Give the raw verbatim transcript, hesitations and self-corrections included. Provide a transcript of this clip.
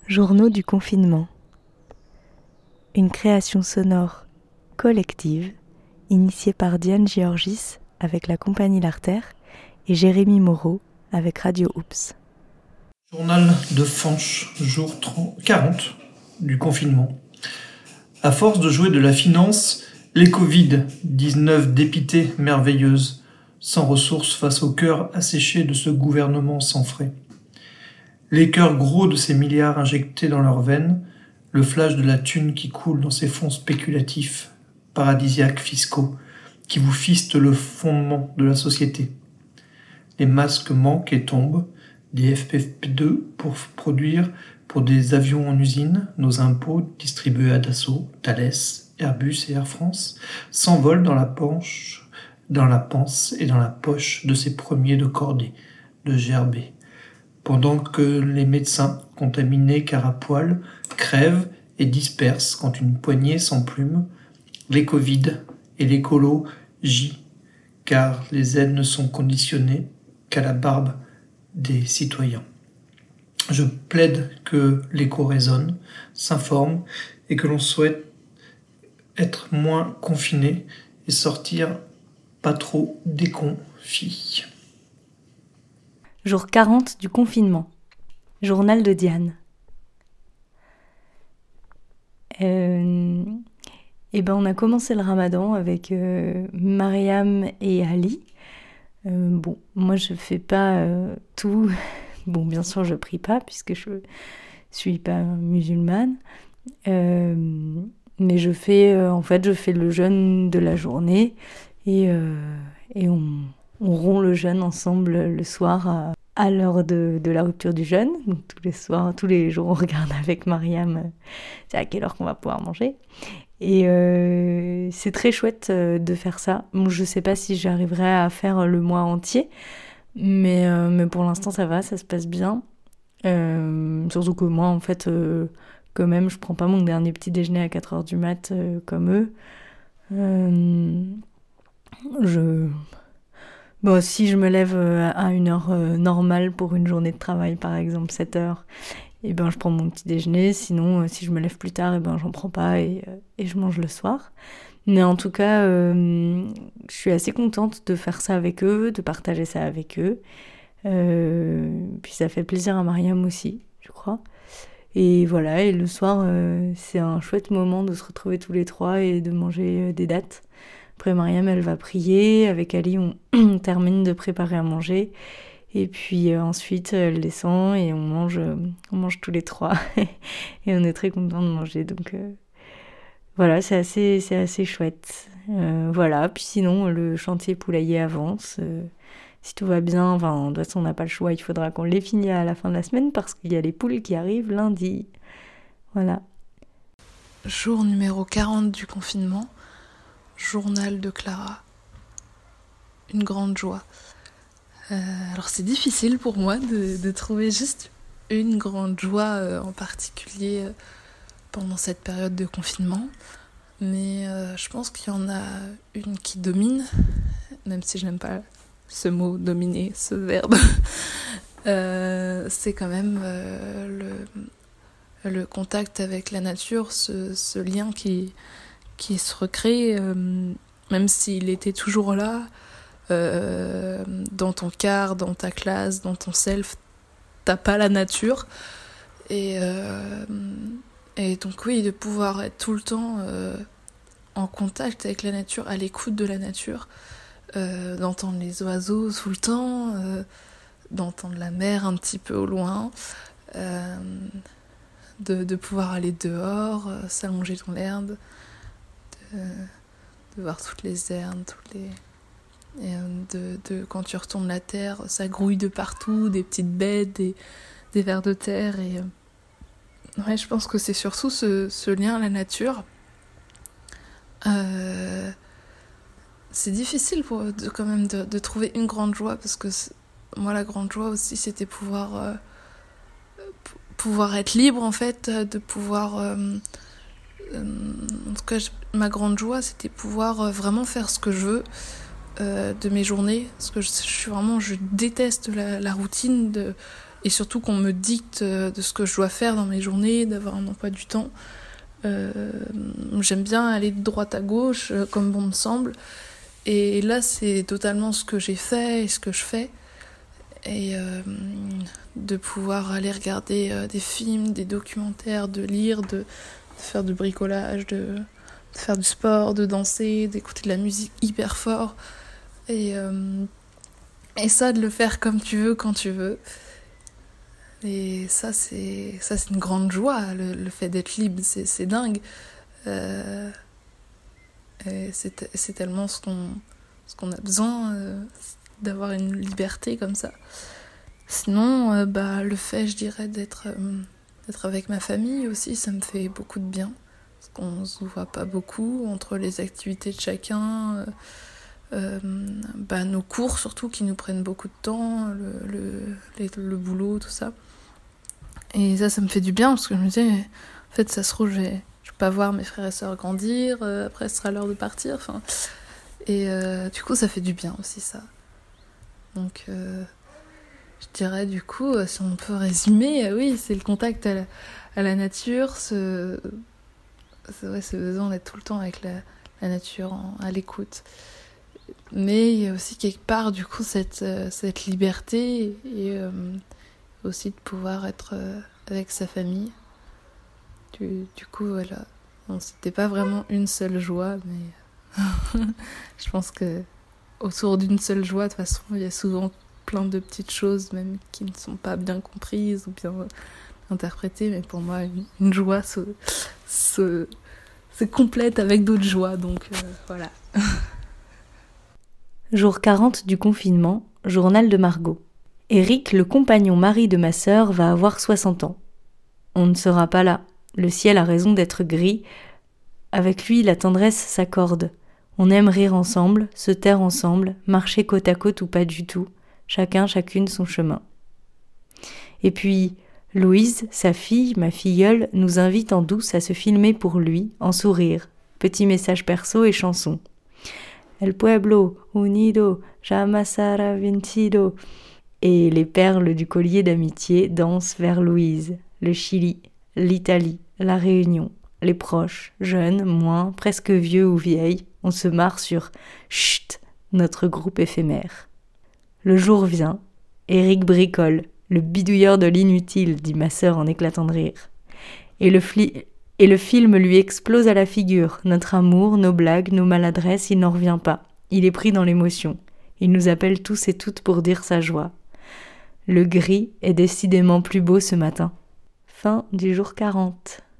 Journaux du confinement. Une création sonore collective initiée par Diane Georgis avec la compagnie L'Artère et Jérémy Moreau avec Radio Oops. Journal de Fanche, jour trente, quarante du confinement. À force de jouer de la finance, les Covid dix-neuf dépités merveilleuses, sans ressources face au cœur asséché de ce gouvernement sans frais. Les cœurs gros de ces milliards injectés dans leurs veines, le flash de la thune qui coule dans ces fonds spéculatifs, paradisiaques fiscaux, qui vous fistent le fondement de la société. Les masques manquent et tombent, des F F P deux pour produire pour des avions en usine, nos impôts distribués à Dassault, Thales, Airbus et Air France s'envolent dans la penche, dans la panse et dans la poche de ces premiers de cordée, de gerbés. Pendant que les médecins, contaminés car à poil, crèvent et dispersent quand une poignée s'emplume, les Covid et les colos gient, car les aides ne sont conditionnées qu'à la barbe des citoyens. Je plaide que l'écho résonne, s'informe et que l'on souhaite être moins confiné et sortir pas trop déconfit. Jour quarante du confinement. Journal de Diane. Euh, et ben on a commencé le ramadan avec euh, Mariam et Ali. Euh, bon, moi je fais pas euh, tout. Bon, bien sûr je prie pas puisque je suis pas musulmane. Euh, mais je fais, euh, en fait, je fais le jeûne de la journée et, euh, et on, on rompt le jeûne ensemble le soir à, à l'heure de, de la rupture du jeûne. Donc tous les soirs, tous les jours, on regarde avec Mariam, euh, c'est à quelle heure qu'on va pouvoir manger. Et euh, c'est très chouette euh, de faire ça. Bon, je sais pas si j'arriverai à faire le mois entier, mais, euh, mais pour l'instant ça va, ça se passe bien. Euh, surtout que moi, en fait, euh, quand même, je prends pas mon dernier petit déjeuner à quatre heures du mat euh, comme eux. Euh, je... Bon, si je me lève euh, à une heure euh, normale pour une journée de travail, par exemple sept heures, et ben je prends mon petit déjeuner. Sinon, euh, si je me lève plus tard, et ben j'en prends pas et, euh, et je mange le soir. Mais en tout cas, euh, je suis assez contente de faire ça avec eux, de partager ça avec eux. Euh, puis ça fait plaisir à Mariam aussi, je crois. Et voilà, et le soir, euh, c'est un chouette moment de se retrouver tous les trois et de manger euh, des dattes. Après, Mariam, elle va prier. Avec Ali, on, on termine de préparer à manger. Et puis euh, ensuite, elle descend et on mange, euh, on mange tous les trois. Et on est très contents de manger. Donc euh, voilà, c'est assez, c'est assez chouette. Euh, voilà, puis sinon, le chantier poulailler avance. Euh, Si tout va bien, enfin, de toute façon, on n'a pas le choix, il faudra qu'on les finisse à la fin de la semaine parce qu'il y a les poules qui arrivent lundi. Voilà. Jour numéro quarante du confinement, journal de Clara. Une grande joie. Euh, alors, c'est difficile pour moi de, de trouver juste une grande joie euh, en particulier euh, pendant cette période de confinement. Mais euh, je pense qu'il y en a une qui domine, même si je n'aime pas ce mot dominer, ce verbe. euh, c'est quand même euh, le, le contact avec la nature, ce, ce lien qui, qui se recrée, euh, même s'il était toujours là, euh, dans ton quart, dans ta classe, dans ton self, t'as pas la nature. Et, euh, et donc oui, de pouvoir être tout le temps euh, en contact avec la nature, à l'écoute de la nature, Euh, d'entendre les oiseaux tout le temps, euh, d'entendre la mer un petit peu au loin, euh, de, de pouvoir aller dehors, euh, s'allonger dans l'herbe, de, de voir toutes les herbes, toutes les... Et, euh, de, de, quand tu retournes la terre, ça grouille de partout, des petites bêtes, des, des vers de terre. Et, euh, ouais, je pense que c'est surtout ce, ce lien à la nature. Euh, C'est difficile pour, de, quand même de, de trouver une grande joie parce que moi la grande joie aussi c'était pouvoir euh, p- pouvoir être libre en fait, de pouvoir euh, euh, en tout cas je, ma grande joie c'était pouvoir euh, vraiment faire ce que je veux euh, de mes journées parce que je, je suis vraiment je déteste la, la routine de, et surtout qu'on me dicte de ce que je dois faire dans mes journées, d'avoir un emploi du temps. Euh, j'aime bien aller de droite à gauche, euh, comme bon me semble. Et là, c'est totalement ce que j'ai fait et ce que je fais. Et euh, de pouvoir aller regarder euh, des films, des documentaires, de lire, de, de faire du bricolage, de, de faire du sport, de danser, d'écouter de la musique hyper fort. Et, euh, et ça, de le faire comme tu veux, quand tu veux. Et ça, c'est, ça, c'est une grande joie, le, le fait d'être libre, c'est, c'est dingue. Euh, et c'est, c'est tellement ce qu'on, ce qu'on a besoin, euh, d'avoir une liberté comme ça. Sinon, euh, bah, le fait, je dirais, d'être, euh, d'être avec ma famille aussi, ça me fait beaucoup de bien. Parce qu'on se voit pas beaucoup entre les activités de chacun, euh, euh, bah, nos cours surtout qui nous prennent beaucoup de temps, le, le, les, le boulot, tout ça. Et ça, ça me fait du bien parce que je me disais, en fait, ça se trouve, je vais, je vais pas voir mes frères et sœurs grandir, euh, après, ce sera l'heure de partir. Enfin, et euh, du coup, ça fait du bien aussi, ça. Donc, euh, je dirais, du coup, si on peut résumer, euh, oui, c'est le contact à la, à la nature, ce, ce, ouais, ce besoin d'être tout le temps avec la, la nature, en, à l'écoute. Mais il y a aussi quelque part, du coup, cette, euh, cette liberté et euh, aussi de pouvoir être euh, avec sa famille. Du, du coup, voilà. Bon, c'était pas vraiment une seule joie, mais je pense que autour d'une seule joie, de toute façon, il y a souvent plein de petites choses, même qui ne sont pas bien comprises ou bien interprétées. Mais pour moi, une, une joie se, se, se complète avec d'autres joies. Donc euh, voilà. Jour quarante du confinement, journal de Margot. Eric, le compagnon mari de ma sœur, va avoir soixante ans. On ne sera pas là. Le ciel a raison d'être gris. Avec lui, la tendresse s'accorde. On aime rire ensemble, se taire ensemble, marcher côte à côte ou pas du tout. Chacun, chacune son chemin. Et puis, Louise, sa fille, ma filleule, nous invite en douce à se filmer pour lui, en sourire. Petit message perso et chanson. El pueblo unido jamás será vencido. Et les perles du collier d'amitié dansent vers Louise. Le Chili, l'Italie, la Réunion, les proches, jeunes, moins, presque vieux ou vieilles, on se marre sur « Chut !» notre groupe éphémère. Le jour vient, Eric bricole, le bidouilleur de l'inutile, dit ma sœur en éclatant de rire. Et le, fli- et le film lui explose à la figure. Notre amour, nos blagues, nos maladresses, il n'en revient pas. Il est pris dans l'émotion. Il nous appelle tous et toutes pour dire sa joie. Le gris est décidément plus beau ce matin. Fin du jour quarante.